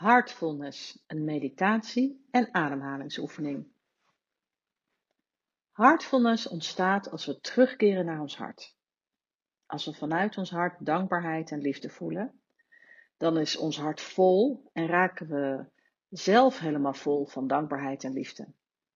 Heartfulness, een meditatie en ademhalingsoefening. Heartfulness ontstaat als we terugkeren naar ons hart. Als we vanuit ons hart dankbaarheid en liefde voelen, dan is ons hart vol en raken we zelf helemaal vol van dankbaarheid en liefde.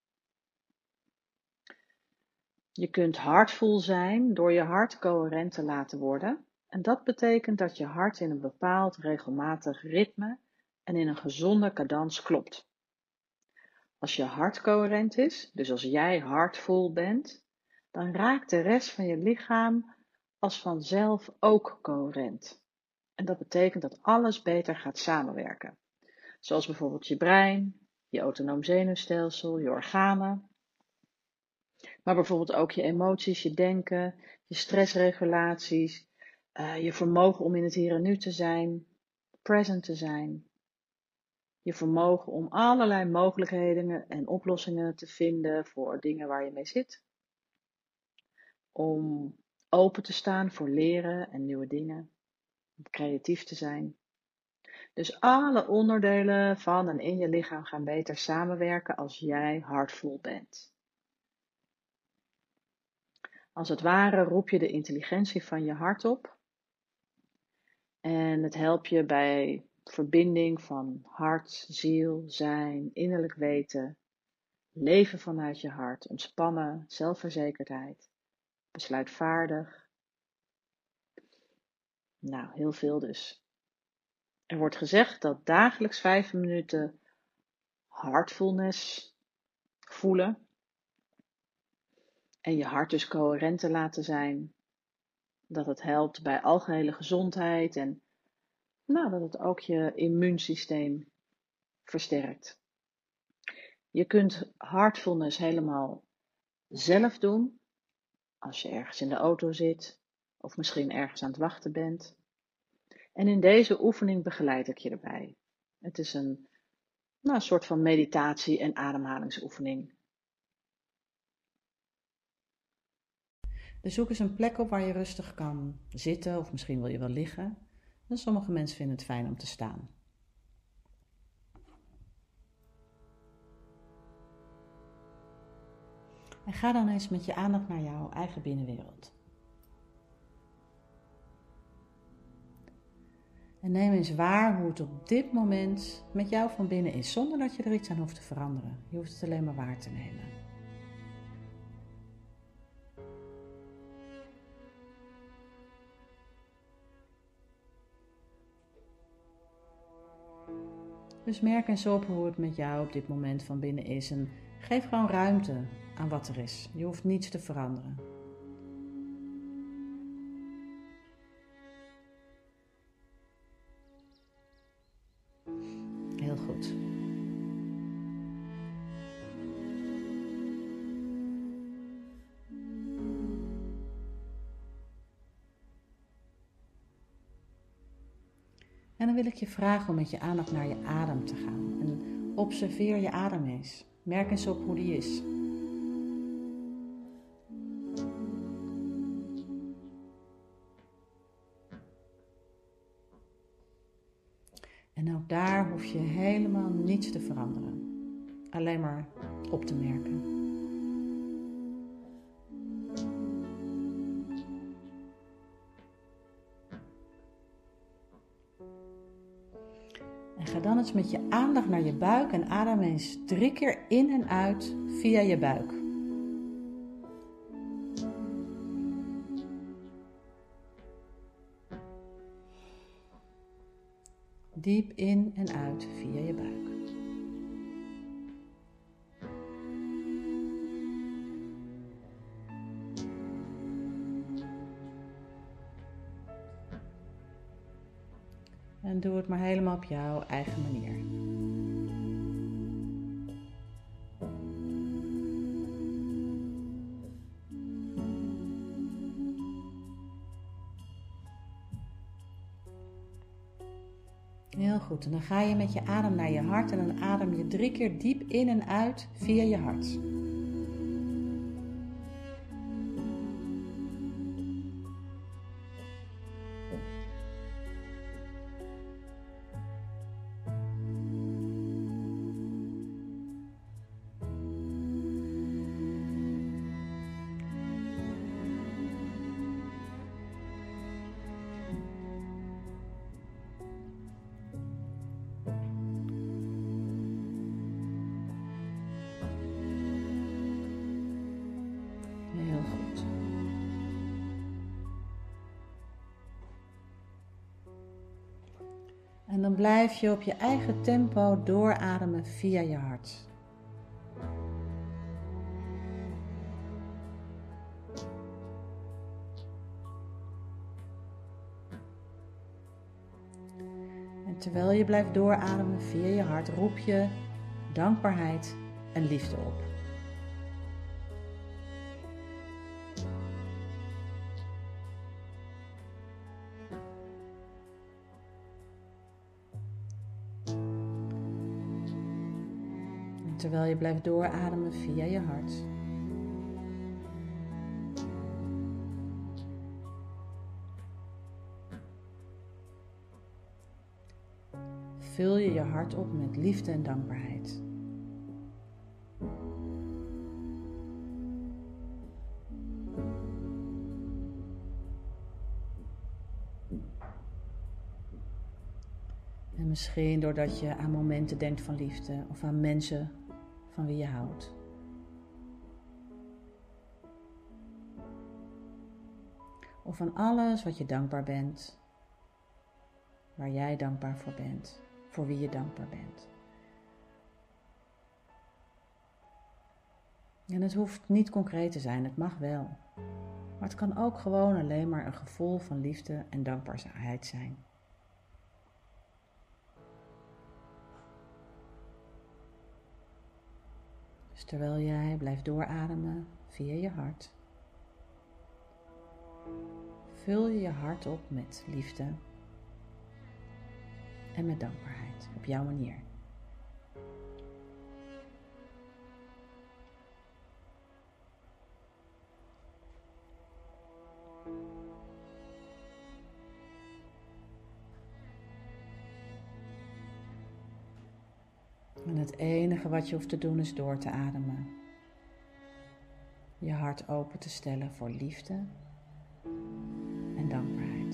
Je kunt heartful zijn door je hart coherent te laten worden. En dat betekent dat je hart in een bepaald regelmatig ritme en in een gezonde cadans klopt. Als je hart coherent is, dus als jij heartful bent, dan raakt de rest van je lichaam als vanzelf ook coherent. En dat betekent dat alles beter gaat samenwerken. Zoals bijvoorbeeld je brein, je autonoom zenuwstelsel, je organen. Maar bijvoorbeeld ook je emoties, je denken, je stressregulaties, je vermogen om in het hier en nu te zijn, present te zijn. Je vermogen om allerlei mogelijkheden en oplossingen te vinden voor dingen waar je mee zit. Om open te staan voor leren en nieuwe dingen. Om creatief te zijn. Dus alle onderdelen van en in je lichaam gaan beter samenwerken als jij heartful bent. Als het ware roep je de intelligentie van je hart op. En het helpt je bij verbinding van hart, ziel, zijn, innerlijk weten. Leven vanuit je hart, ontspannen, zelfverzekerdheid, besluitvaardig. Nou, heel veel dus. Er wordt gezegd dat dagelijks 5 minuten heartfulness voelen en je hart dus coherent te laten zijn, dat het helpt bij algehele gezondheid en dat het ook je immuunsysteem versterkt. Je kunt heartfulness helemaal zelf doen, als je ergens in de auto zit of misschien ergens aan het wachten bent. En in deze oefening begeleid ik je erbij. Het is een soort van meditatie- en ademhalingsoefening. Dus zoek eens een plek op waar je rustig kan zitten of misschien wil je wel liggen. En sommige mensen vinden het fijn om te staan. En ga dan eens met je aandacht naar jouw eigen binnenwereld. En neem eens waar hoe het op dit moment met jou van binnen is, zonder dat je er iets aan hoeft te veranderen. Je hoeft het alleen maar waar te nemen. Dus merk eens op hoe het met jou op dit moment van binnen is en geef gewoon ruimte aan wat er is. Je hoeft niets te veranderen. Heel goed. En dan wil ik je vragen om met je aandacht naar je adem te gaan. En observeer je adem eens. Merk eens op hoe die is. En ook daar hoef je helemaal niets te veranderen. Alleen maar op te merken. En ga dan eens met je aandacht naar je buik en adem eens 3 keer in en uit via je buik. Diep in en uit via je buik. En doe het maar helemaal op jouw eigen manier. Heel goed. En dan ga je met je adem naar je hart en dan adem je 3 keer diep in en uit via je hart. En dan blijf je op je eigen tempo doorademen via je hart. En terwijl je blijft doorademen via je hart, roep je dankbaarheid en liefde op. En terwijl je blijft doorademen via je hart, vul je je hart op met liefde en dankbaarheid. En misschien doordat je aan momenten denkt van liefde of aan mensen van wie je houdt. Of aan alles wat je dankbaar bent, waar jij dankbaar voor bent, voor wie je dankbaar bent. En het hoeft niet concreet te zijn, het mag wel. Maar het kan ook gewoon alleen maar een gevoel van liefde en dankbaarheid zijn. Dus terwijl jij blijft doorademen via je hart, vul je je hart op met liefde en met dankbaarheid op jouw manier. En het enige wat je hoeft te doen is door te ademen. Je hart open te stellen voor liefde en dankbaarheid.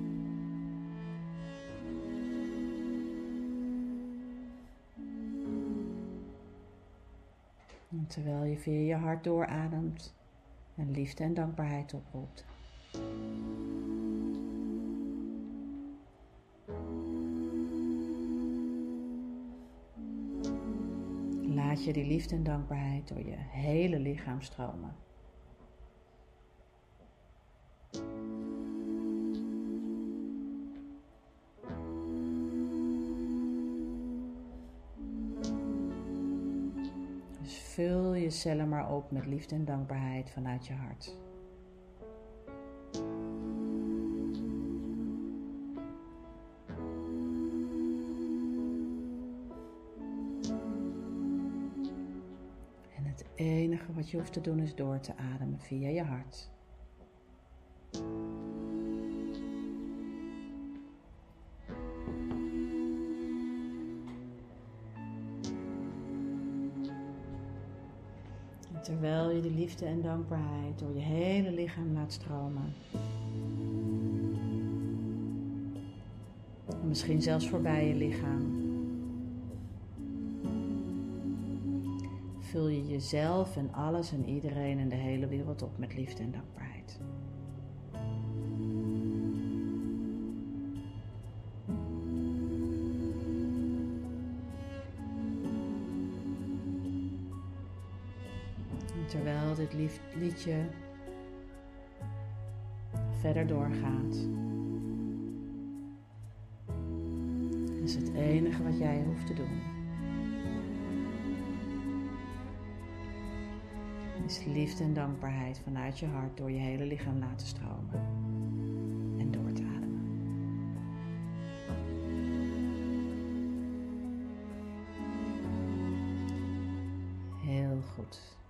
En terwijl je via je hart doorademt en liefde en dankbaarheid oproept. Laat je die liefde en dankbaarheid door je hele lichaam stromen. Dus vul je cellen maar op met liefde en dankbaarheid vanuit je hart. Het enige wat je hoeft te doen is door te ademen via je hart. En terwijl je de liefde en dankbaarheid door je hele lichaam laat stromen. En misschien zelfs voorbij je lichaam. Vul je jezelf en alles en iedereen en de hele wereld op met liefde en dankbaarheid. En terwijl dit liedje verder doorgaat, is het enige wat jij hoeft te doen is liefde en dankbaarheid vanuit je hart door je hele lichaam laten stromen en door te ademen. Heel goed.